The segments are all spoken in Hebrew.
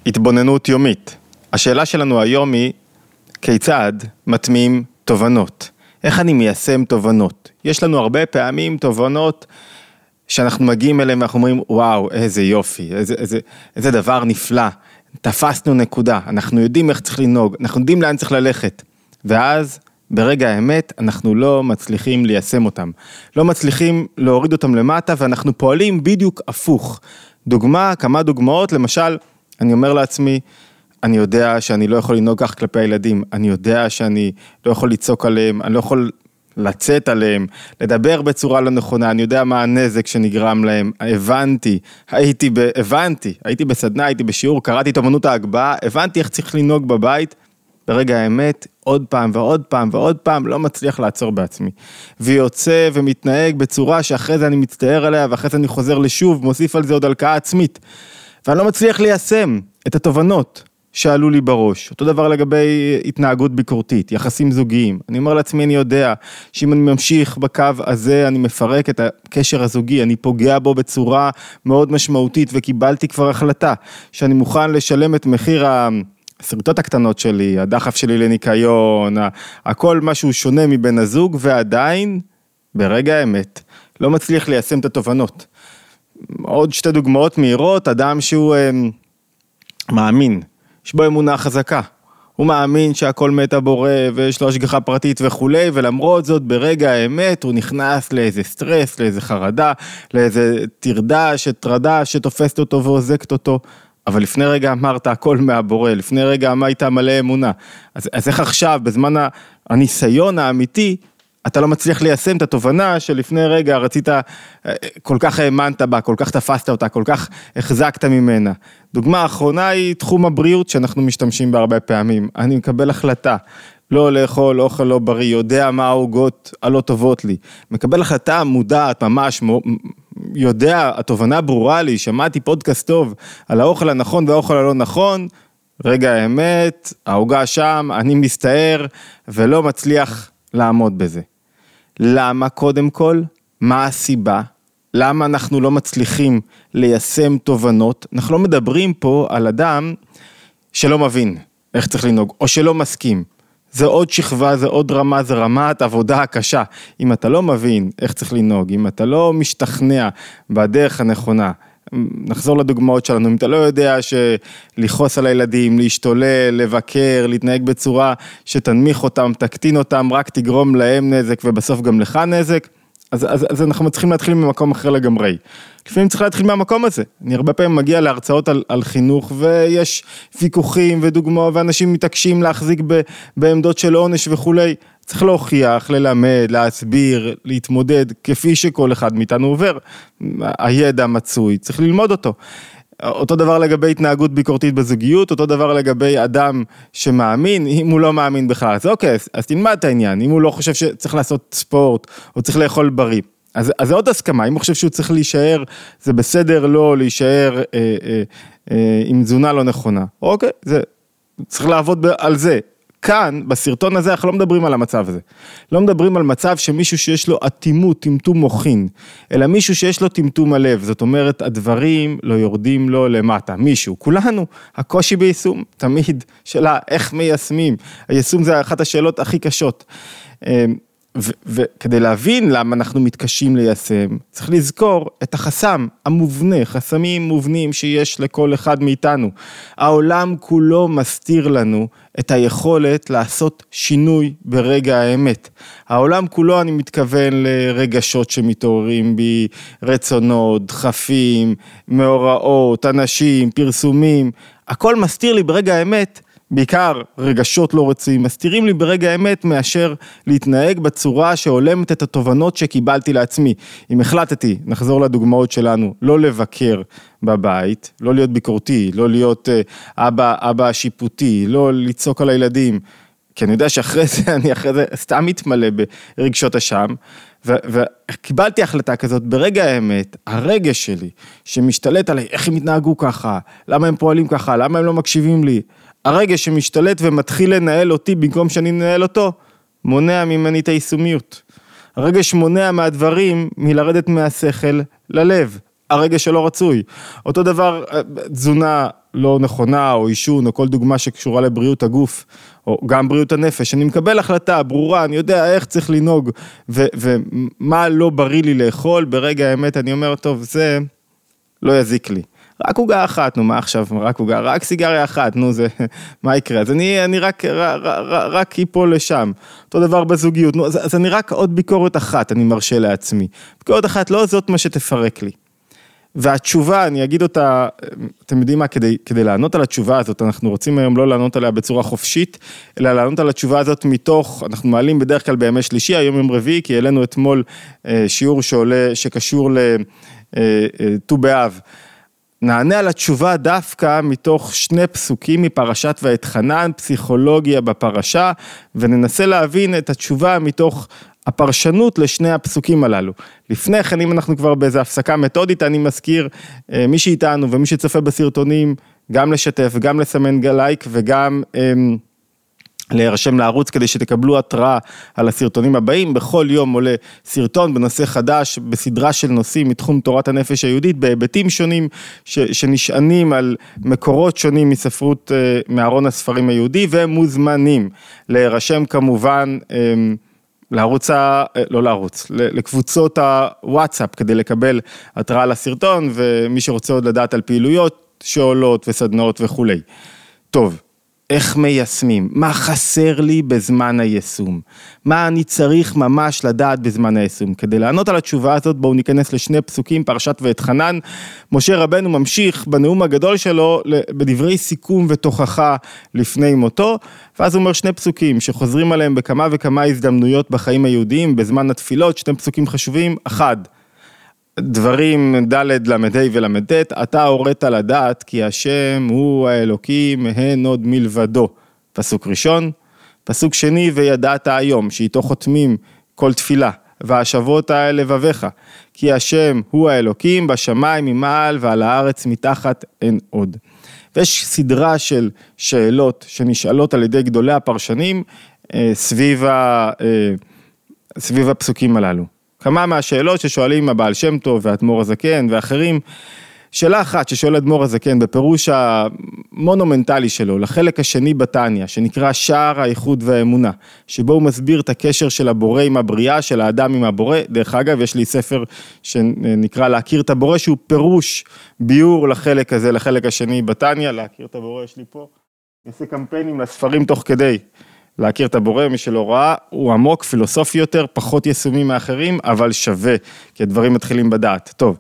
התבוננות יומית. השאלה שלנו היום היא, כיצד מטמיעים תובנות? איך אני מיישם תובנות? יש לנו הרבה פעמים תובנות שאנחנו מגיעים אליהם ואנחנו אומרים, וואו, איזה יופי, איזה דבר נפלא. תפסנו נקודה, אנחנו יודעים איך צריך לנהוג, אנחנו יודעים לאן צריך ללכת. ואז, ברגע האמת, אנחנו לא מצליחים ליישם אותם. לא מצליחים להוריד אותם למטה, ואנחנו פועלים בדיוק הפוך. כמה דוגמאות, למשל, אני אומר לעצמי, אני יודע שאני לא יכול לנהוג כך כלפי הילדים, אני יודע שאני לא יכול לצעוק עליהם, אני לא יכול לצאת עליהם, לדבר בצורה לא נכונה, אני יודע מה הנזק שנגרם להם, הייתי בסדנה, הייתי בשיעור, קראתי את אמנות ההגבהה, הבנתי איך צריך לנהוג בבית, ברגע האמת, עוד פעם ועוד פעם ועוד פעם, לא מצליח לעצור בעצמי. ויוצא ומתנהג בצורה שאחרי זה אני מצטער עליה, ואחרי זה אני חוזר לשוב, מוסיף על זה עוד הלקאה עצמית. ואני לא מצליח ליישם את התובנות שעלו לי בראש. אותו דבר לגבי התנהגות ביקורתית, יחסים זוגיים. אני אומר לעצמי, אני יודע שאם אני ממשיך בקו הזה, אני מפרק את הקשר הזוגי, אני פוגע בו בצורה מאוד משמעותית, וקיבלתי כבר החלטה, שאני מוכן לשלם את מחיר הסרטות הקטנות שלי, הדחף שלי לניקיון, הכל משהו שונה מבין הזוג, ועדיין, ברגע האמת, לא מצליח ליישם את התובנות. עוד שתי דוגמאות מהירות, אדם שהוא מאמין, יש בו אמונה חזקה, הוא מאמין שהכל מת הבורא ויש לו השגחה פרטית וכולי, ולמרות זאת ברגע האמת הוא נכנס לאיזה סטרס, לאיזה חרדה, לאיזה טרדה שתופסת אותו ועוזקת אותו, אבל לפני רגע אמרת הכל מהבורא, לפני רגע אמרת מלא אמונה, אז איך עכשיו בזמן הניסיון האמיתי, אתה לא מצליח ליישם את התובנה שלפני רגע רצית, כל כך האמנת בה, כל כך תפסת אותה, כל כך החזקת ממנה. דוגמה האחרונה היא תחום הבריאות שאנחנו משתמשים בה הרבה פעמים. אני מקבל החלטה, לא לאכול אוכל לא בריא, יודע מה העוגות הלא טובות לי. מקבל החלטה מודעת ממש, יודע, התובנה ברורה לי, שמעתי פודקאסט טוב על האוכל הנכון והאוכל הלא נכון, רגע האמת, העוגה שם, אני מסתער ולא מצליח לעמוד בזה. למה קודם כל? מה הסיבה? למה אנחנו לא מצליחים ליישם תובנות? אנחנו לא מדברים פה על אדם שלא מבין איך צריך לנהוג, או שלא מסכים. זה עוד שכבה, זה עוד רמה, זה רמת עבודה הקשה. אם אתה לא מבין איך צריך לנהוג, אם אתה לא משתכנע בדרך הנכונה, נחזור לדוגמאות שלנו, אם אתה לא יודע שלחוס על הילדים, להשתולל, לבקר, להתנהג בצורה שתנמיך אותם, תקטין אותם, רק תגרום להם נזק ובסוף גם לך נזק, אז אנחנו צריכים להתחיל ממקום אחר לגמרי. לפעמים צריך להתחיל מהמקום הזה. אני הרבה פעמים מגיע להרצאות על חינוך, ויש ויכוחים ודוגמאות, ואנשים מתעקשים להחזיק בעמדות של עונש וכולי. צריך להוכיח, ללמד, להסביר, להתמודד, כפי שכל אחד מאיתנו עובר. הידע מצוי, צריך ללמוד אותו. אותו דבר לגבי התנהגות ביקורתית בזוגיות, אותו דבר לגבי אדם שמאמין, אם הוא לא מאמין בכלל, אז אוקיי, אז תלמד את העניין, אם הוא לא חושב שצריך לעשות ספורט, או צריך לאכול בריא, אז זה עוד הסכמה, אם הוא חושב שהוא צריך להישאר, זה בסדר לא להישאר עם תזונה לא נכונה, אוקיי, צריך לעבוד על זה. כאן, בסרטון הזה, אנחנו לא מדברים על המצב הזה. לא מדברים על מצב שמישהו שיש לו אטימות, טמטום מוחין, אלא מישהו שיש לו טמטום הלב. זאת אומרת, הדברים לא יורדים לו למטה. מישהו, כולנו, הקושי ביישום, תמיד, שאלה איך מיישמים. היישום זה אחת השאלות הכי קשות. וכדי להבין למה אנחנו מתקשים ליישם, צריך לזכור את החסם המובנה, חסמים מובנים שיש לכל אחד מאיתנו. העולם כולו מסתיר לנו את היכולת לעשות שינוי ברגע האמת. העולם כולו, אני מתכוון לרגשות שמתעוררים בי, רצונות, דחפים, מאורעות, אנשים, פרסומים, הכל מסתיר לי ברגע האמת, בעיקר רגשות לא רצויים, מסתירים לי ברגע האמת מאשר להתנהג בצורה שעולמת את התובנות שקיבלתי לעצמי. אם החלטתי, נחזור לדוגמאות שלנו, לא לבקר בבית, לא להיות ביקורתי, לא להיות אבא שיפוטי, לא לצעוק על הילדים, כי אני יודע שאחרי זה, אני אחרי זה סתם מתמלא ברגשות אשם, וקיבלתי החלטה כזאת ברגע האמת, הרגש שלי שמשתלט עליי, איך הם התנהגו ככה, למה הם פועלים ככה, למה הם לא מקשיבים לי, הרגש שמשתלט ומתחיל לנהל אותי במקום שאני ננהל אותו, מונע ממני את היישומיות. הרגש מונע מהדברים מלרדת מהשכל ללב. הרגש שלא רצוי. אותו דבר, תזונה לא נכונה, או אישון, או כל דוגמה שקשורה לבריאות הגוף, או גם בריאות הנפש, אני מקבל החלטה ברורה, אני יודע איך צריך לנהוג, ומה לא בריא לי לאכול, ברגע האמת אני אומר, טוב, זה לא יזיק לי. רק עוגה אחת, נו מה עכשיו, רק סיגריה אחת, נו זה, מה יקרה? אז אני רק איפול לשם, אותו דבר בזוגיות, נו, אז אני רק עוד ביקורת אחת, אני מרשה לעצמי. ביקורת אחת, לא זאת מה שתפרק לי. והתשובה, אני אגיד אותה, אתם יודעים מה, כדי לענות על התשובה הזאת, אנחנו רוצים היום לא לענות עליה בצורה חופשית, אלא לענות על התשובה הזאת מתוך, אנחנו מעלים בדרך כלל בימי שלישי, היום יום רביעי, כי העלינו אתמול שיעור שקשור לט"ו באב. נענה על התשובה דווקא מתוך 2 פסוקים מפרשת ואתחנן, פסיכולוגיה בפרשה, וננסה להבין את התשובה מתוך הפרשנות לשני הפסוקים הללו. לפני כן, אם אנחנו כבר באיזו הפסקה מתודית, אני מזכיר מי שאיתנו ומי שצופה בסרטונים, גם לשתף, גם לסמן לייק וגם להירשם לערוץ כדי שתקבלו התראה על הסרטונים הבאים. בכל יום עולה סרטון בנושא חדש, בסדרה של נושאים מתחום תורת הנפש היהודית, בהיבטים שונים שנשענים על מקורות שונים מספרות, מארון הספרים היהודי, והם מוזמנים להירשם כמובן לקבוצות הוואטסאפ כדי לקבל התראה לסרטון, ומי שרוצה עוד לדעת על פעילויות שעולות וסדנאות וכו'. טוב. איך מיישמים? מה חסר לי בזמן היישום? מה אני צריך ממש לדעת בזמן היישום? כדי לענות על התשובה הזאת, בואו ניכנס לשני פסוקים, פרשת ואתחנן. משה רבנו ממשיך בנאום הגדול שלו, בדברי סיכום ותוכחה לפני מותו, ואז הוא אומר 2 פסוקים שחוזרים עליהם בכמה וכמה הזדמנויות בחיים היהודיים, בזמן התפילות, 2 פסוקים חשובים. 1, דברים ד' למ"ה ולמ"ט, אתה הורית לדעת כי השם הוא האלוקים, הן עוד מלבדו. פסוק ראשון. פסוק שני, וידעת היום, שאיתו חותמים כל תפילה, והשבות אל לבביך, כי השם הוא האלוקים, בשמיים ממעל ועל הארץ מתחת אין עוד. ויש סדרה של שאלות שנשאלות על ידי גדולי הפרשנים סביב הפסוקים הללו. כמה מהשאלות ששואלים הבעל שם טוב והאדמו"ר הזקן ואחרים, שאלה אחת ששואל האדמו"ר הזקן בפירוש המונומנטלי שלו, לחלק השני בתניא, שנקרא שער האיחוד והאמונה, שבו הוא מסביר את הקשר של הבורא עם הבריאה, של האדם עם הבורא. דרך אגב, יש לי ספר שנקרא להכיר את הבורא, שהוא פירוש ביור לחלק הזה, לחלק השני בתניא, להכיר את הבורא, יש לי פה. נעשה קמפיינים לספרים תוך כדי. להכיר את הבורא, מי שלא ראה, הוא עמוק, פילוסופי יותר, פחות יישומי מאחרים, אבל שווה, כי הדברים מתחילים בדעת. טוב,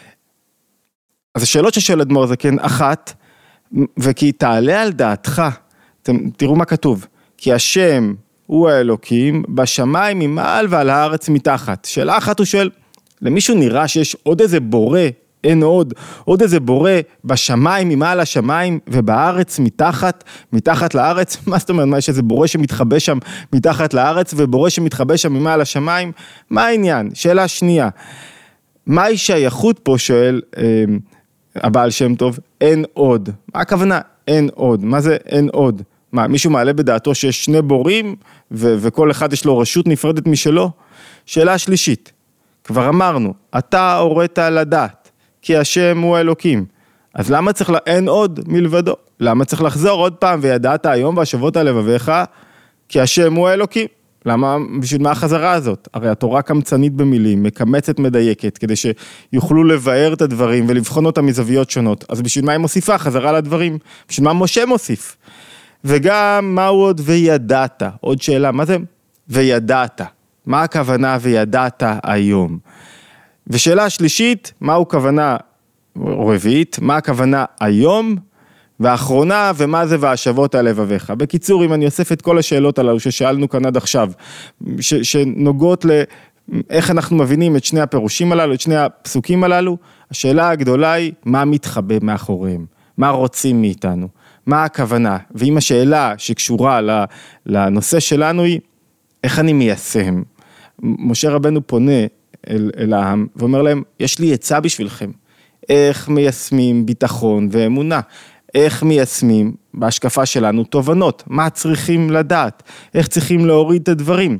אז השאלות ששואל אדמו"ר הזקן, 1, וכי תעלה על דעתך, תראו מה כתוב, כי השם הוא האלוקים, בשמיים ממעל ועל הארץ מתחת. שאלה 1 הוא שואל, למישהו נראה שיש עוד איזה בורא, אין עוד איזה בורא בשמיים, ממעל השמיים, ובארץ מתחת לארץ? מה זאת אומרת, מה יש איזה בורא שמתחבא שם מתחת לארץ, ובורא שמתחבא שם ממעל השמיים? מה העניין? שאלה שנייה, מהי שייכות פה, שואל הבעל שם טוב, אין עוד. מה הכוונה? אין עוד. מה זה אין עוד? מה, מישהו מעלה בדעתו שיש 2 בורים, וכל אחד יש לו רשות נפרדת משלו? שאלה שלישית, כבר אמרנו, אתה הורית לדעת, כי השם הוא האלוקים. אז למה צריך, אין עוד מלבדו? למה צריך לחזור עוד פעם, וידעת היום והשבות על לבביך, כי השם הוא האלוקים? למה, בשביל מה החזרה הזאת? הרי התורה קמצנית במילים, מקמצת מדייקת, כדי שיוכלו לבאר את הדברים, ולבחון אותם מזוויות שונות. אז בשביל מה היא מוסיפה חזרה לדברים? בשביל מה משה מוסיף? וגם מהו עוד וידעת? עוד שאלה, מה זה? וידעת. מה הכוונה וידעת היום? ושאלה שלישית, מהו כוונה, או רביעית, מה הכוונה היום, והאחרונה, ומה זה והשבות על לבביך. בקיצור, אם אני אוסף את כל השאלות הללו ששאלנו כאן עד עכשיו, שנוגעות לאיך אנחנו מבינים את שני הפירושים הללו, את שני הפסוקים הללו, השאלה הגדולה היא, מה מתחבא מאחוריהם? מה רוצים מאיתנו? מה הכוונה? ואם השאלה שקשורה לנושא שלנו היא, איך אני מיישם? משה רבנו פונה אל העם, ואומר להם, יש לי עצה בשבילכם, איך מיישמים ביטחון ואמונה, איך מיישמים בהשקפה שלנו תובנות, מה צריכים לדעת, איך צריכים להוריד את הדברים,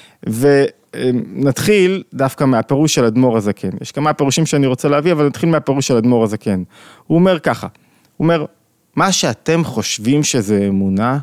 ונתחיל דווקא מהפירוש של אדמו"ר הזקן, יש כמה פירושים שאני רוצה להביא, אבל נתחיל מהפירוש של אדמו"ר הזקן, הוא אומר ככה, הוא אומר, מה שאתם חושבים שזה אמונה,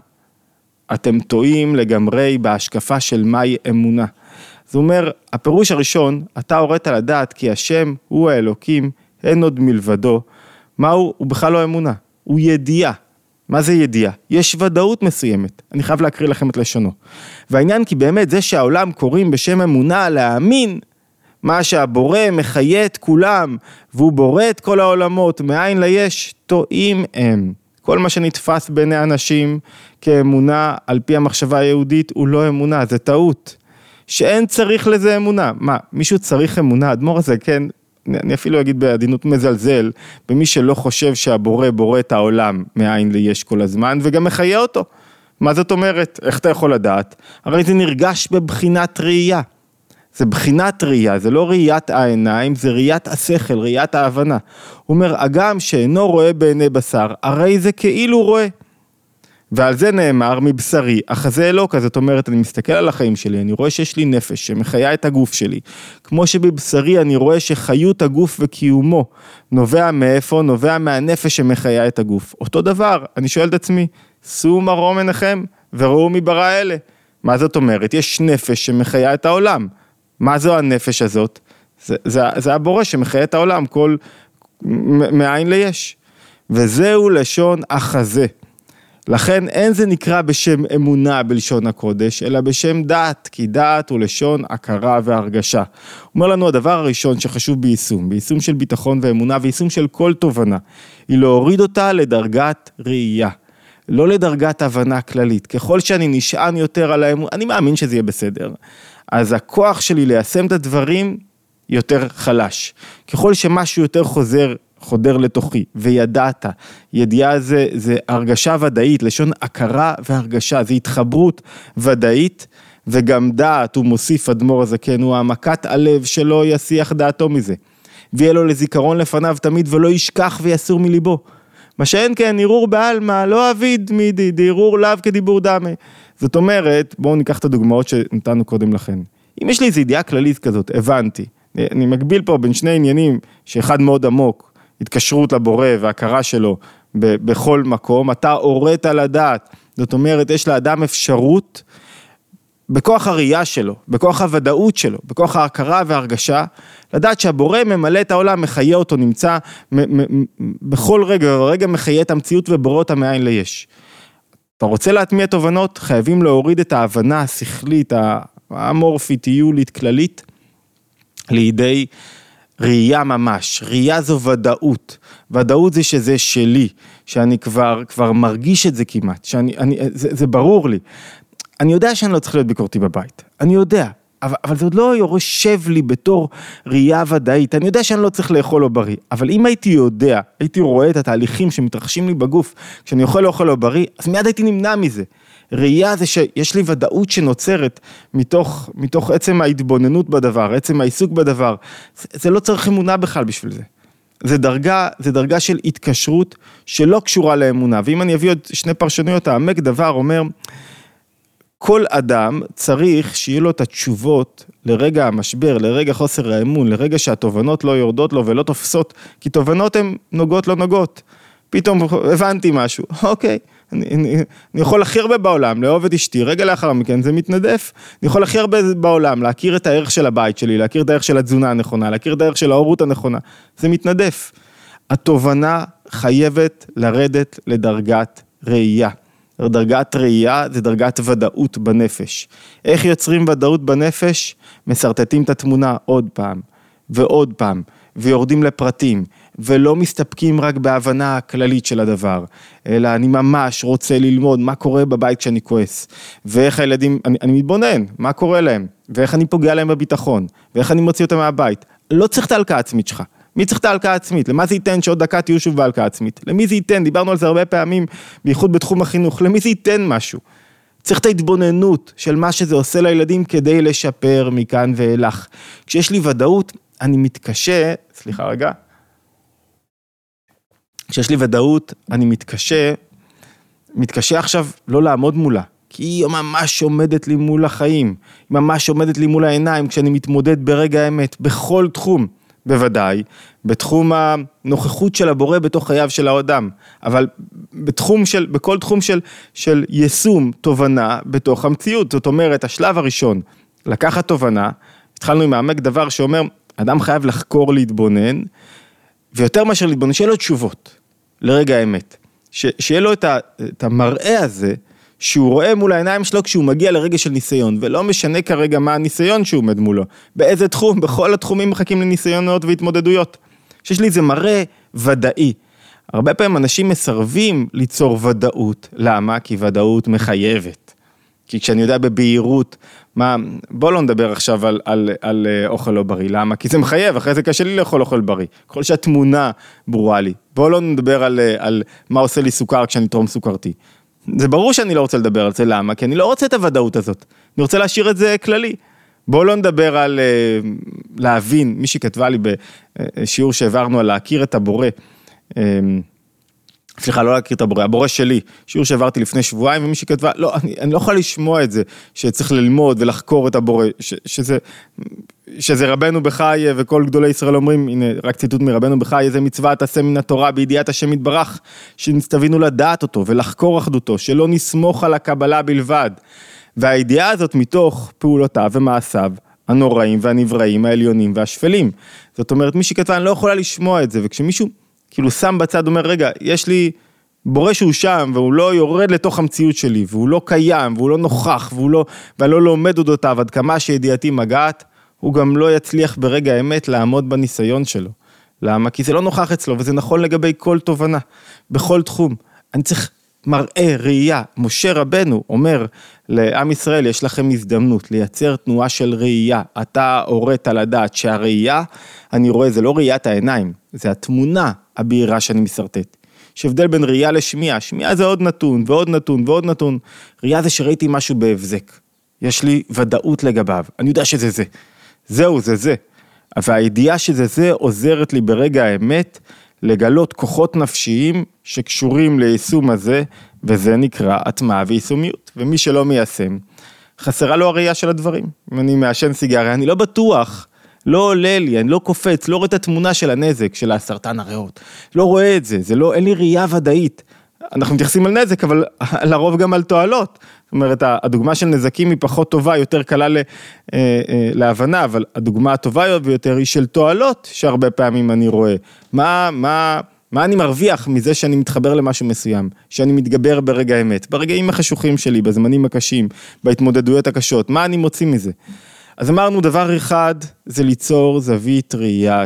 אתם טועים לגמרי בהשקפה של מהי אמונה. זאת אומרת, הפירוש הראשון, אתה הורית לדעת כי השם הוא האלוקים, אין עוד מלבדו. מהו? הוא בכלל לא אמונה, הוא ידיעה. מה זה ידיעה? יש ודאות מסוימת. אני חייב להקריא לכם את לשונו. והעניין כי באמת זה שהעולם קוראים בשם אמונה להאמין, מה שהבורא מחיה את כולם, והוא בורא את כל העולמות, מאין ליש, טועים הם. כל מה שנתפס בעיני אנשים כאמונה על פי המחשבה היהודית הוא לא אמונה, זה טעות. שאין צריך לזה אמונה. מה, מישהו צריך אמונה? אדמו"ר הזה, כן, אני אפילו אגיד בעדינות מזלזל, במי שלא חושב שהבורא בורא את העולם מאין ליש כל הזמן, וגם מחיה אותו. מה זאת אומרת? איך אתה יכול לדעת? הרי זה נרגש בבחינת ראייה. זה בחינת ראייה, זה לא ראיית העיניים, זה ראיית השכל, ראיית ההבנה. הוא אומר, אגם שאינו רואה בעיני בשר, הרי זה כאילו רואה. ועל זה נאמר מבשרי, אחזה אלוקה, זאת אומרת, אני מסתכל על החיים שלי, אני רואה שיש לי נפש שמחיה את הגוף שלי, כמו שבבשרי אני רואה שחיות הגוף וקיומו נובע מאיפה? נובע מהנפש שמחיה את הגוף. אותו דבר, אני שואל את עצמי, שאו מרום עיניכם וראו מברא אלה. מה זאת אומרת? יש נפש שמחיה את העולם. מה זו הנפש הזאת? זה הבורא שמחיה את העולם, כל מאין ליש. וזהו לשון אחזה. לכן אין זה נקרא בשם אמונה בלשון הקודש, אלא בשם דעת, כי דעת הוא לשון הכרה והרגשה. הוא אומר לנו הדבר הראשון שחשוב ביישום של ביטחון ואמונה, ויישום של כל תובנה, היא להוריד אותה לדרגת ראייה, לא לדרגת הבנה כללית. ככל שאני נשען יותר על האמונה, אני מאמין שזה יהיה בסדר, אז הכוח שלי ליישם את הדברים יותר חלש. ככל שמשהו יותר חודר לתוכי, וידעת, ידיעה זה הרגשה ודאית, לשון הכרה והרגשה, זה התחברות ודאית, וגם דעת, הוא מוסיף אדמו"ר הזקן, הוא העמקת הלב שלא יסיח דעתו מזה, ויהיה לו לזיכרון לפניו תמיד, ולא ישכח ויסור מליבו. מה שאין כן, ערעור בעלמא, לא אביד מידי, דערעור לאו כדיבור דמי. זאת אומרת, בואו ניקח את הדוגמאות שנתנו קודם לכן. אם יש לי איזו ידיעה כללית כזאת, הבנתי, אני מגביל פה בין שני עניינים, שאחד מאוד עמוק, התקשרות לבורא וההכרה שלו בכל מקום, אתה הורית לדעת, זאת אומרת, יש לאדם אפשרות, בכוח הראייה שלו, בכוח הוודאות שלו, בכוח ההכרה וההרגשה, לדעת שהבורא ממלא את העולם, מחיה אותו, נמצא בכל רגע מחיה את המציאות ובורא אותה מאין ליש. אתה רוצה להטמיע תובנות, חייבים להוריד את ההבנה השכלית, האמורפיטיולית, כללית, לידי ראייה ממש. ראייה זו ודאות. ודאות זה שזה שלי, שאני כבר מרגיש את זה כמעט, זה ברור לי. אני יודע שאני לא צריך להיות ביקורתי בבית, אני יודע, אבל זה עוד לא יושב לי בתור ראייה ודאית, אני יודע שאני לא צריך לאכול לא בריא, אבל אם הייתי יודע, הייתי רואה את התהליכים שמתרחשים לי בגוף, כשאני אוכל לאכול לא בריא, אז מיד הייתי נמנע מזה. ראייה זה שיש לי ודאות שנוצרת מתוך עצם ההתבוננות בדבר, עצם העיסוק בדבר, זה לא צריך אמונה בכלל בשביל זה. זה דרגה של התקשרות שלא קשורה לאמונה, ואם אני אביא עוד שני פרשנויות, העמק דבר אומר, כל אדם צריך שיהיו לו את התשובות לרגע המשבר, לרגע חוסר האמון, לרגע שהתובנות לא יורדות לו ולא תופסות, כי תובנות הן נוגעות לא נוגעות. פתאום הבנתי משהו, אוקיי, אני יכול הכי הרבה בעולם, לאהוב את אשתי, רגע לאחר מכן זה מתנדף, אני יכול הכי הרבה בעולם, להכיר את הערך של הבית שלי, להכיר את הערך של התזונה הנכונה, להכיר את הערך של ההורות הנכונה, זה מתנדף. התובנה חייבת לרדת לדרגת ראייה. דרגת ראייה זה דרגת ודאות בנפש. איך יוצרים ודאות בנפש? מסרטטים את התמונה עוד פעם ועוד פעם, ויורדים לפרטים, ולא מסתפקים רק בהבנה הכללית של הדבר, אלא אני ממש רוצה ללמוד מה קורה בבית כשאני כועס, ואיך הילדים, אני מתבונן, מה קורה להם, ואיך אני פוגע להם בביטחון, ואיך אני מוציא אותם מהבית. לא צריך את ההלקאה העצמית שלך. מי צריך את ההלקאה העצמית? למה זה ייתן שעוד דקה תהיו שוב בהלקאה עצמית? למי זה ייתן? דיברנו על זה הרבה פעמים, בייחוד בתחום החינוך. למי זה ייתן משהו? צריך את ההתבוננות של מה שזה עושה לילדים כדי לשפר מכאן ואילך. כשיש לי ודאות, אני מתקשה, סליחה רגע, כשיש לי ודאות, אני מתקשה עכשיו לא לעמוד מולה, כי היא ממש עומדת לי מול החיים, היא ממש עומדת לי מול העיניים, כשאני מתמודד ברגע האמת, בכל תחום, בוודאי, בתחום הנוכחות של הבורא בתוך חייו של האדם, אבל בכל תחום של יישום תובנה בתוך המציאות. זאת אומרת, השלב הראשון, לקחת תובנה, התחלנו עם העמק דבר שאומר, אדם חייב לחקור, להתבונן, ויותר מאשר להתבונן, שיהיה לו תשובות לרגע האמת, שיהיה לו את המראה הזה, שהוא רואה מול העיניים שלו כשהוא מגיע לרגע של ניסיון, ולא משנה כרגע מה הניסיון שהוא עומד מולו, באיזה תחום, בכל התחומים מחכים לניסיונות והתמודדויות, שיש לי איזה מראה ודאי. הרבה פעמים אנשים מסרבים ליצור ודאות, למה? כי ודאות מחייבת. כי כשאני יודע בבהירות, בוא לא נדבר עכשיו על אוכל לא בריא, למה? כי זה מחייב, אחרי זה קשה לי לאכול אוכל בריא, ככל שהתמונה ברורה לי. בוא לא נדבר על מה עושה לי סוכר כשאני תרום סוכרתי. זה ברור שאני לא רוצה לדבר על זה, למה? כי אני לא רוצה את הוודאות הזאת, אני רוצה להשאיר את זה כללי. בואו לא נדבר על להבין, מי שכתבה לי בשיעור שהעברנו על להכיר את הבורא, סליחה, לא להכיר את הבורא, הבורא שלי, שיעור שהעברתי לפני שבועיים, ומי שכתבה, לא, אני לא יכול לשמוע את זה, שצריך ללמוד ולחקור את הבורא, שזה רבנו בחי, וכל גדולי ישראל אומרים, הנה, רק ציטוט מרבנו בחי, איזה מצווה תעשה מן התורה, בידיעת השם יתברך, שנסתווינו לדעת אותו, ולחקור אחדותו, שלא נסמוך על הקבלה בלבד, והידיעה הזאת מתוך פעולותיו ומעשיו, הנוראים והנבראים, העליונים והשפלים, זאת אומרת, מי שכתבה, אני לא יכולה לשמוע את זה, וכשמישהו כאילו שם בצד, אומר, רגע, יש לי בורא שהוא שם, והוא לא יורד לתוך המציאות שלי, והוא לא קיים, והוא לא נוכח, ואני לא לומד אודותיו, עד כמה שידיעתי מגעת, הוא גם לא יצליח ברגע האמת לעמוד בניסיון שלו. למה? כי זה לא נוכח אצלו, וזה נכון לגבי כל תובנה, בכל תחום. אני צריך מראה, ראייה. משה רבנו אומר לעם ישראל, יש לכם הזדמנות לייצר תנועה של ראייה. אתה הורית על הדעת שהראייה, אני רואה, זה לא ראיית העיניים, זה התמונה הבהירה שאני מסרטט. יש הבדל בין ראייה לשמיעה. שמיעה זה עוד נתון, ועוד נתון, ועוד נתון. ראייה זה שראיתי משהו בהבזק. יש לי ודאות לגביו. אני יודע שזה זה. זהו, זה. והידיעה שזה זה עוזרת לי ברגע האמת לגלות כוחות נפשיים שקשורים ליישום הזה, וזה נקרא הטמעה ויישומיות. ומי שלא מיישם, חסרה לו הראייה של הדברים. אם אני מעשן סיגריה, אני לא בטוח, לא עולה לי, אני לא קופץ, לא רואה את התמונה של הנזק, של הסרטן הריאות. לא רואה את זה, אין לי ראייה ודאית. אנחנו מתייחסים על נזק, אבל לרוב גם על תועלות. זאת אומרת, הדוגמה של נזקים היא פחות טובה, יותר קלה להבנה, אבל הדוגמה הטובה יותר היא של תועלות, שהרבה פעמים אני רואה. מה אני מרוויח מזה שאני מתחבר למשהו מסוים, שאני מתגבר ברגע האמת, ברגעים החשוכים שלי, בזמנים הקשים, בהתמודדויות הקשות, מה אני מוציא מזה? אז אמרנו, דבר אחד, זה ליצור זווית ראייה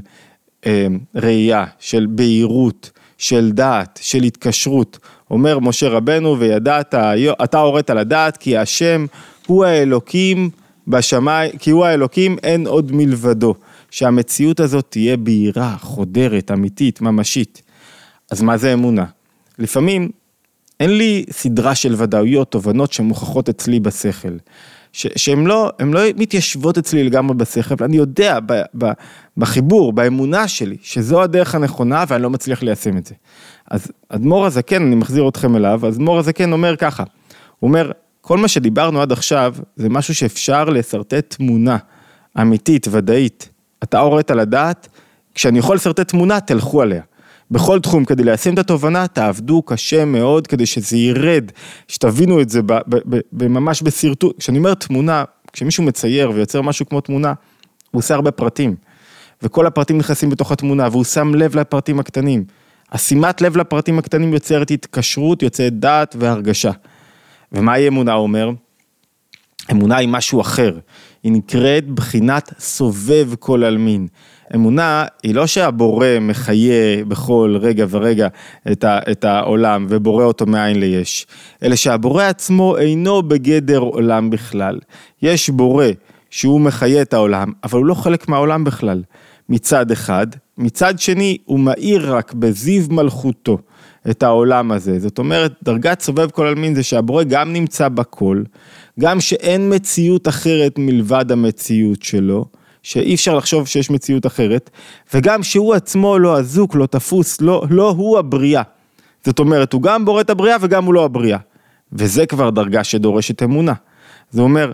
של בהירות, של דעת, של התקשרות. אומר משה רבנו, וידעת, אתה הורית על הדעת, כי השם הוא האלוקים בשמיים, כי הוא האלוקים, אין עוד מלבדו. שהמציאות הזאת תהיה בהירה, חודרת, אמיתית, ממשית. אז מה זה אמונה? לפעמים אין לי סדרה של ודאויות, תובנות שמוכחות אצלי בשכל. שהן לא מתיישבות אצלי לגמרי בשכל, אבל אני יודע בחיבור, באמונה שלי, שזו הדרך הנכונה, ואני לא מצליח ליישם את זה. אז אדמו"ר הזקן, אני מחזיר אתכם אליו, אז אדמו"ר הזקן אומר ככה, הוא אומר, כל מה שדיברנו עד עכשיו, זה משהו שאפשר לסרטט תמונה אמיתית, ודאית. אתה הורית על הדעת, כשאני יכול לסרטט תמונה, תלכו עליה. בכל תחום, כדי ליישם את התובנה, תעבדו קשה מאוד, כדי שזה ירד, שתבינו את זה ממש בסרטוט. כשאני אומר תמונה, כשמישהו מצייר ויוצר משהו כמו תמונה, הוא עושה הרבה פרטים, וכל הפרטים נכנסים בתוך התמונה, והוא שם לב לפרטים הקטנים. השימת לב לפרטים הקטנים יוצרת התקשרות, יוצאת דעת והרגשה. ומה היא אמונה אומר? אמונה היא משהו אחר, היא נקראת בחינת סובב כל אלמין. אמונה היא לא שהבורא מחיה בכל רגע ורגע את העולם ובורא אותו מאין ליש, אלא שהבורא עצמו אינו בגדר עולם בכלל. יש בורא שהוא מחיה את העולם, אבל הוא לא חלק מהעולם בכלל. מצד אחד, מצד שני הוא מאיר רק בזיו מלכותו את העולם הזה. זאת אומרת, דרגת סובב כל אלמין זה שהבורא גם נמצא בכל, גם שאין מציאות אחרת מלבד המציאות שלו, שאי אפשר לחשוב שיש מציאות אחרת, וגם שהוא עצמו לא אזוק, לא תפוס, לא הוא הבריאה. זאת אומרת, הוא גם בורא את הבריאה וגם הוא לא הבריאה. וזה כבר דרגה שדורשת אמונה. זה אומר,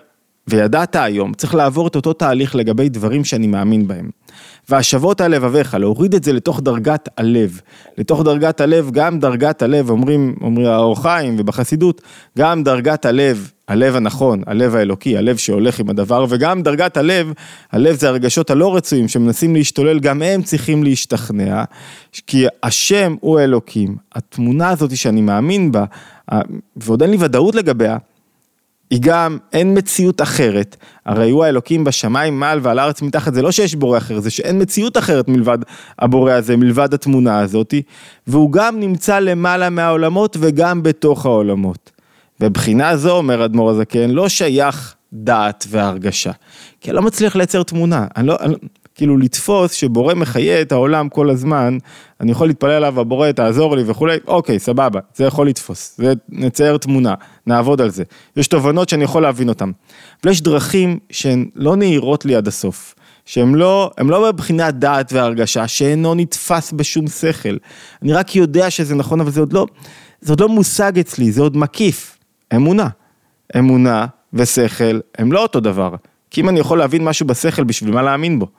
וידעת היום, צריך לעבור את אותו תהליך לגבי דברים שאני מאמין בהם. והשבות על לבביך, להוריד את זה לתוך דרגת הלב. לתוך דרגת הלב, גם דרגת הלב, אומרים האור חיים ובחסידות, גם דרגת הלב, הלב הנכון, הלב האלוקי, הלב שהולך עם הדבר, וגם דרגת הלב, הלב זה הרגשות הלא רצויים שמנסים להשתולל, גם הם צריכים להשתכנע, כי השם הוא אלוקים. התמונה הזאת שאני מאמין בה, ועוד אין לי ודאות לגביה, היא גם, אין מציאות אחרת, הרי הוא האלוקים בשמיים מעל ועל הארץ מתחת, זה לא שיש בורא אחר, זה שאין מציאות אחרת מלבד הבורא הזה, מלבד התמונה הזאת, והוא גם נמצא למעלה מהעולמות וגם בתוך העולמות. ובחינה זו, אומר אדמו"ר הזקן, לא שייך דעת והרגשה, כי אני לא מצליח לייצר תמונה, כאילו לתפוס שבורא מחיה את העולם כל הזמן, אני יכול להתפלל עליו, הבורא תעזור לי וכולי, אוקיי, סבבה, זה יכול לתפוס, זה נצייר תמונה, נעבוד על זה. יש תובנות שאני יכול להבין אותן. אבל יש דרכים שהן לא נהירות לי עד הסוף, שהן לא בבחינת דעת והרגשה, שאינו נתפס בשום שכל. אני רק יודע שזה נכון, אבל זה עוד לא מושג אצלי, זה עוד מקיף. אמונה ושכל הם לא אותו דבר. כי אם אני יכול להבין משהו בשכל, בשביל מה להאמין בו?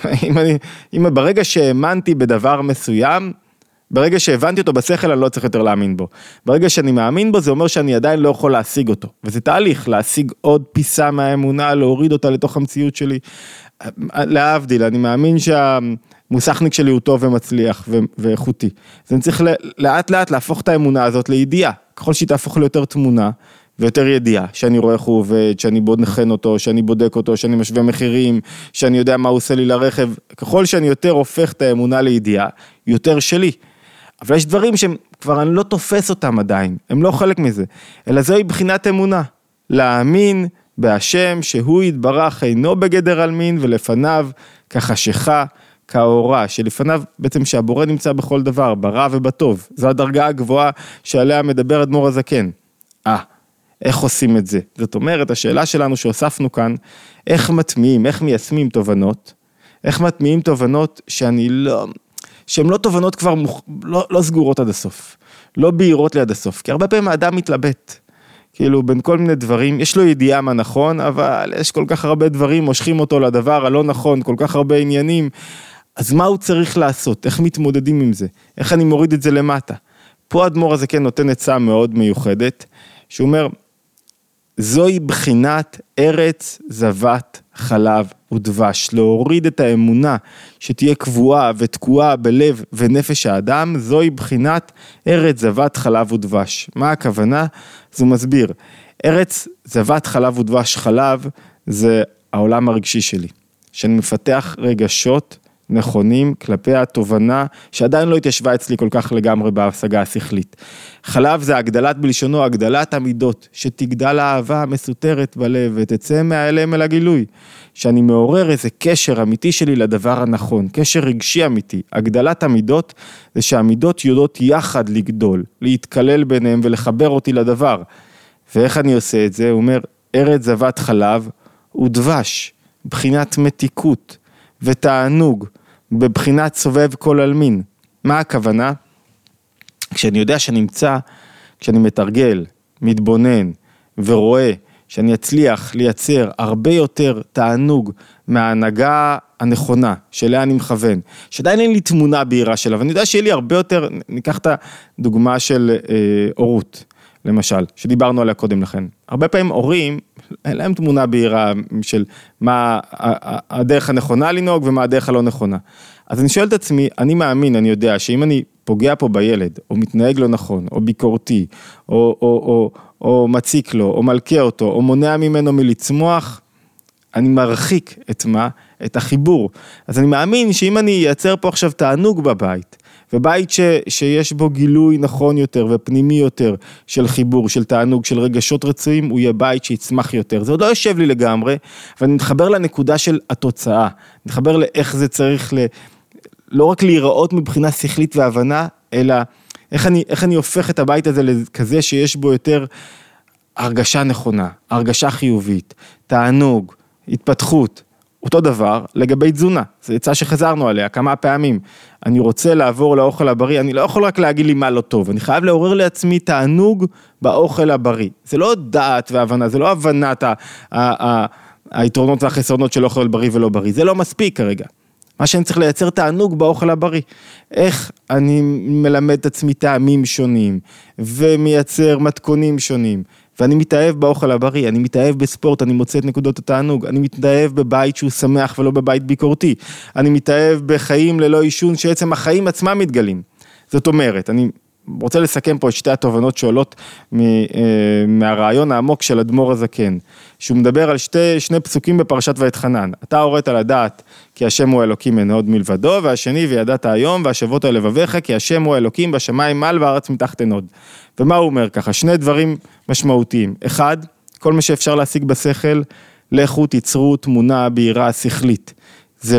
אם ברגע שהאמנתי בדבר מסוים, ברגע שהבנתי אותו בשכל, אני לא צריך יותר להאמין בו. ברגע שאני מאמין בו, זה אומר שאני עדיין לא יכול להשיג אותו. וזה תהליך, להשיג עוד פיסה מהאמונה, להוריד אותה לתוך המציאות שלי. להבדיל, אני מאמין שהמוסכניק שלי הוא טוב ומצליח ואיכותי. אז אני צריך לאט לאט להפוך את האמונה הזאת לידיעה. ככל שהיא תהפוך ליותר תמונה, ויותר ידיעה, שאני רואה איך הוא עובד, שאני בודקן אותו, שאני בודק אותו, שאני משווה מחירים, שאני יודע מה הוא עושה לי לרכב, ככל שאני יותר הופך את האמונה לידיעה, יותר שלי. אבל יש דברים שהם כבר אני לא תופס אותם עדיין, הם לא חלק מזה, אלא זוהי בחינת אמונה, להאמין בהשם שהוא יתברך אינו בגדר אלמין, ולפניו כחשיכה, כאורה, שלפניו בעצם שהבורא נמצא בכל דבר, ברע ובטוב, זו הדרגה הגבוהה שעליה מדבר אדמו"ר הזקן. איך עושים את זה? זאת אומרת, השאלה שלנו שהוספנו כאן, איך מטמיעים, איך מיישמים תובנות, איך מטמיעים תובנות שהן לא תובנות כבר לא סגורות עד הסוף, לא בהירות לי עד הסוף, כי הרבה פעמים האדם מתלבט, כאילו בין כל מיני דברים, יש לו ידיעה מה נכון, אבל יש כל כך הרבה דברים, מושכים אותו לדבר הלא נכון, כל כך הרבה עניינים, אז מה הוא צריך לעשות? איך מתמודדים עם זה? איך אני מוריד את זה למטה? פה אדמו"ר הזה כן נותן עצה מאוד מיוחדת, שהוא אומר, זוהי בחינת ארץ זבת חלב ודבש, להוריד את האמונה שתהיה קבועה ותקועה בלב ונפש האדם, זוהי בחינת ארץ זבת חלב ודבש. מה הכוונה? אז הוא מסביר, ארץ זבת חלב ודבש, חלב זה העולם הרגשי שלי, שאני מפתח רגשות נכונים כלפי התובנה שעדיין לא התיישבה אצלי כל כך לגמרי בהשגה השכלית. חלב זה הגדלת בלשונו, הגדלת המידות, שתגדל האהבה המסותרת בלב ותצא מהאלם אל הגילוי, שאני מעורר איזה קשר אמיתי שלי לדבר הנכון, קשר רגשי אמיתי. הגדלת המידות זה שהמידות יודעות יחד לגדול, להתקלל ביניהם ולחבר אותי לדבר. ואיך אני עושה את זה? הוא אומר, ארץ זבת חלב ודבש, בחינת מתיקות ותענוג, בבחינת סובב כל אלמין. מה הכוונה? כשאני יודע שנמצא, כשאני מתרגל, מתבונן ורואה שאני אצליח לייצר הרבה יותר תענוג מההנהגה הנכונה, שאליה אני מכוון, שעדיין אין לי תמונה בהירה שלה, ואני יודע שיהיה לי הרבה יותר, ניקח את הדוגמה של אורות, למשל, שדיברנו עליה קודם לכן. הרבה פעמים הורים, אין להם תמונה בהירה של מה הדרך הנכונה לנהוג ומה הדרך הלא נכונה. אז אני שואל את עצמי, אני מאמין, אני יודע שאם אני פוגע פה בילד, או מתנהג לא נכון, או ביקורתי, או מציק לו, או מלכה אותו, או מונע ממנו מלצמוח, אני מרחיק את מה? את החיבור. אז אני מאמין שאם אני ייצר פה עכשיו תענוג בבית, ובית שיש בו גילוי נכון יותר ופנימי יותר של חיבור, של תענוג, של רגשות רצויים, הוא יהיה בית שיצמח יותר. זה עוד לא יושב לי לגמרי, ואני מתחבר לנקודה של התוצאה, מתחבר לאיך זה צריך לא רק להיראות מבחינה שכלית והבנה, אלא איך אני הופך את הבית הזה לכזה שיש בו יותר הרגשה נכונה, הרגשה חיובית, תענוג, התפתחות, אותו דבר לגבי תזונה, זה יצא שחזרנו עליה כמה פעמים, אני רוצה לעבור לאוכל הבריא, אני לא יכול רק להגיד לי מה לא טוב, אני חייב לעורר לעצמי תענוג באוכל הבריא, זה לא דעת והבנה, זה לא הבנת היתרונות והחסרונות של אוכל בריא ולא בריא, זה לא מספיק כרגע, מה שאני צריך לייצר תענוג באוכל הבריא, איך אני מלמד את עצמי טעמים שונים, ומייצר מתכונים שונים, ואני מתאהב באוכל הבריא, אני מתאהב בספורט, אני מוצא את נקודות התענוג, אני מתאהב בבית שהוא שמח ולא בבית ביקורתי, אני מתאהב בחיים ללא עישון, שעצם החיים עצמם מתגלים. זאת אומרת, אני רוצה לסכם פה את שתי התובנות שעולות מהרעיון העמוק של אדמו"ר הזקן, שהוא מדבר על שני פסוקים בפרשת ואתחנן. אתה הורית לדעת כי השם הוא אלוקים אין עוד מלבדו, והשני וידעת היום והשבות על לבביך כי השם הוא אלוקים בשמיים מעל והארץ מתחת אין עוד. ומה הוא אומר ככה? שני דברים משמעותיים. אחד, כל מה שאפשר להשיג בשכל, לכו תיצרו תמונה בהירה שכלית. זה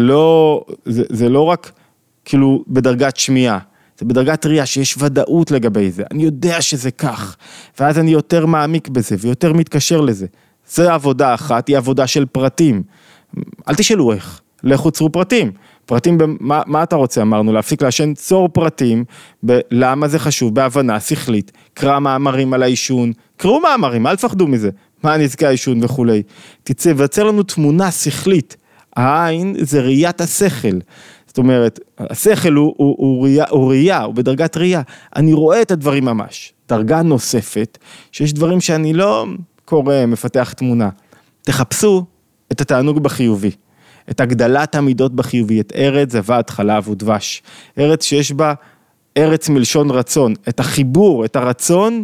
לא רק כאילו בדרגת שמיעה. זה בדרגת ראייה שיש ודאות לגבי זה, אני יודע שזה כך, ואז אני יותר מעמיק בזה, ויותר מתקשר לזה. זה עבודה אחת, היא עבודה של פרטים. אל תשאלו איך, לכו צרו פרטים. פרטים, מה אתה רוצה? אמרנו, להפסיק לעשן, צור פרטים, למה זה חשוב, בהבנה שכלית, קרא מאמרים על העישון, קראו מאמרים, אל תפחדו מזה, מה נזקי העישון וכולי. תבצר לנו תמונה שכלית, העין זה ראיית השכל, זאת אומרת, השכל הוא ראייה, הוא בדרגת ראייה. אני רואה את הדברים ממש. דרגה נוספת, שיש דברים שאני לא קורא, מפתח תמונה. תחפשו את התענוג בחיובי, את הגדלת המידות בחיובי, את ארץ, זבת, חלב ודבש. ארץ שיש בה ארץ מלשון רצון, את החיבור, את הרצון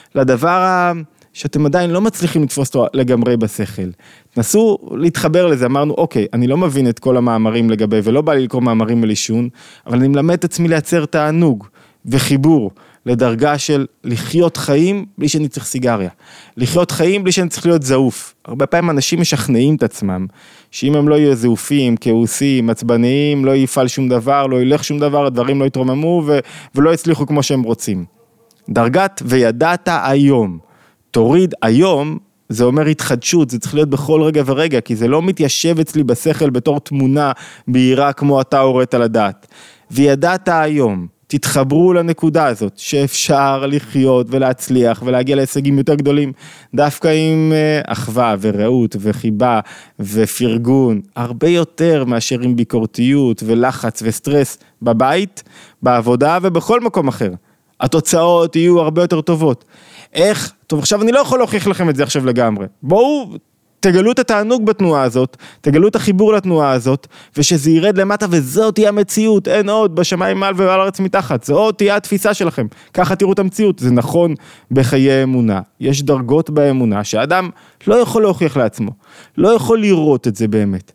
לדבר שאתם עדיין לא מצליחים לתפוס אותו לגמרי בשכל. תנסו להתחבר לזה, אמרנו, אוקיי, אני לא מבין את כל המאמרים לגבי, ולא בא לי לקרוא מאמרים על עישון, אבל אני מלמד את עצמי לייצר תענוג וחיבור לדרגה של לחיות חיים בלי שאני צריך סיגריה. לחיות חיים בלי שאני צריך להיות זעוף. הרבה פעמים אנשים משכנעים את עצמם, שאם הם לא יהיו זעופים, כעוסים, עצבניים, לא יפעל שום דבר, לא ילך שום דבר, הדברים לא יתרוממו ולא יצליחו כמו שהם רוצים. דרגת וידעת היום. תוריד היום, זה אומר התחדשות, זה צריך להיות בכל רגע ורגע, כי זה לא מתיישב אצלי בשכל בתור תמונה בהירה כמו אתה הורית לדעת. וידעת היום, תתחברו לנקודה הזאת, שאפשר לחיות ולהצליח ולהגיע להישגים יותר גדולים, דווקא עם אחווה ורעות וחיבה ופרגון, הרבה יותר מאשר עם ביקורתיות ולחץ וסטרס בבית, בעבודה ובכל מקום אחר. התוצאות יהיו הרבה יותר טובות. איך? טוב, עכשיו אני לא יכול להוכיח לכם את זה עכשיו לגמרי. בואו תגלו את התענוג בתנועה הזאת, תגלו את החיבור לתנועה הזאת, ושזה ירד למטה, וזאת תהיה המציאות, אין עוד בשמיים מעל ועל הארץ מתחת, זאת תהיה התפיסה שלכם, ככה תראו את המציאות, זה נכון בחיי אמונה, יש דרגות באמונה, שאדם לא יכול להוכיח לעצמו, לא יכול לראות את זה באמת,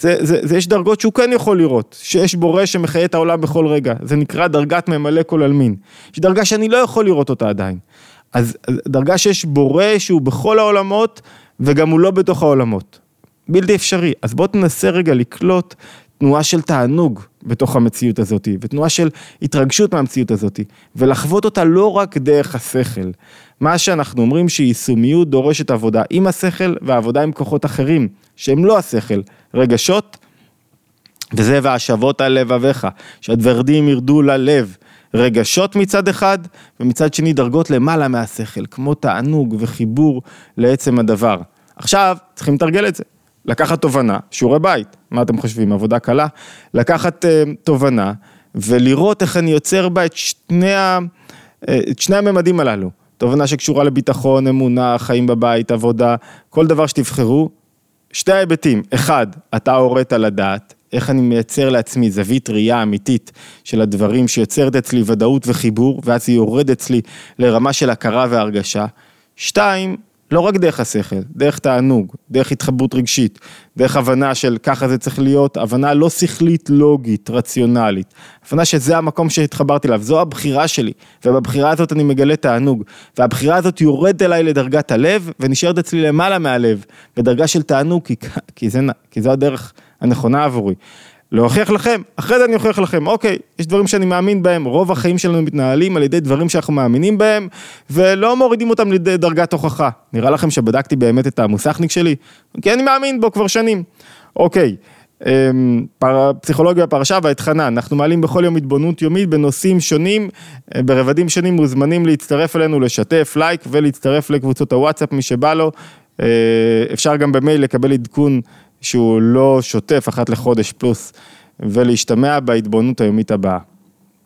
יש דרגות שהוא כן יכול לראות, שיש בורא שמחיה את העולם בכל רגע, זה נקרא דרגת ממלא כל אלמין, יש דרגה שאני לא יכול לראות אותה עדיין, אז דרגה שיש בורא שהוא בכל העולמות, וגם הוא לא בתוך העולמות. בלתי אפשרי. אז בואו תנסה רגע לקלוט תנועה של תענוג בתוך המציאות הזאת, ותנועה של התרגשות מהמציאות הזאת, ולחוות אותה לא רק דרך השכל. מה שאנחנו אומרים שיישומיות דורשת עבודה עם השכל, והעבודה עם כוחות אחרים, שהם לא השכל, רגשות, וזה והשבות על לבביך, שהדברדים ירדו ללב, רגשות מצד אחד, ומצד שני דרגות למעלה מהשכל, כמו תענוג וחיבור לעצם הדבר. עכשיו, צריכים לתרגל את זה. לקחת תובנה, שיעורי בית, מה אתם חושבים, עבודה קלה? לקחת תובנה, ולראות איך אני יוצר בה את שני הממדים הללו. תובנה שקשורה לביטחון, אמונה, חיים בבית, עבודה, כל דבר שתבחרו. שתי ההיבטים, אחד, אתה הורית לדעת, איך אני מייצר לעצמי זווית ראייה אמיתית של הדברים שיוצרת אצלי ודאות וחיבור, ואז היא יורד אצלי לרמה של הכרה והרגשה. שתיים, לא רק דרך השכל, דרך תענוג, דרך התחברות רגשית, דרך הבנה של ככה זה צריך להיות, הבנה לא שכלית, לוגית, רציונלית, הבנה שזה המקום שהתחברתי אליו, זו הבחירה שלי, ובבחירה הזאת אני מגלה תענוג, והבחירה הזאת יורד אליי לדרגת הלב, ונשארת אצלי למעלה מהלב, בדרגה של תענוג, כי זו הדרך הנכונה עבורי. להוכיח לכם, אחרי זה אני אוכיח לכם, אוקיי, יש דברים שאני מאמין בהם, רוב החיים שלנו מתנהלים על ידי דברים שאנחנו מאמינים בהם, ולא מורידים אותם לדרגת הוכחה. נראה לכם שבדקתי באמת את המוסכניק שלי? כי אני מאמין בו כבר שנים. אוקיי, פסיכולוגיה פרשה והתחנה, אנחנו מעלים בכל יום התבוננות יומית בנושאים שונים, ברבדים שונים, מוזמנים להצטרף אלינו, לשתף, לייק ולהצטרף לקבוצות הוואטסאפ, מי שבא לו, אפשר גם במייל לקבל עדכון שהוא לא שוטף, אחת לחודש פלוס, ולהשתמע בהתבוננות היומית הבאה.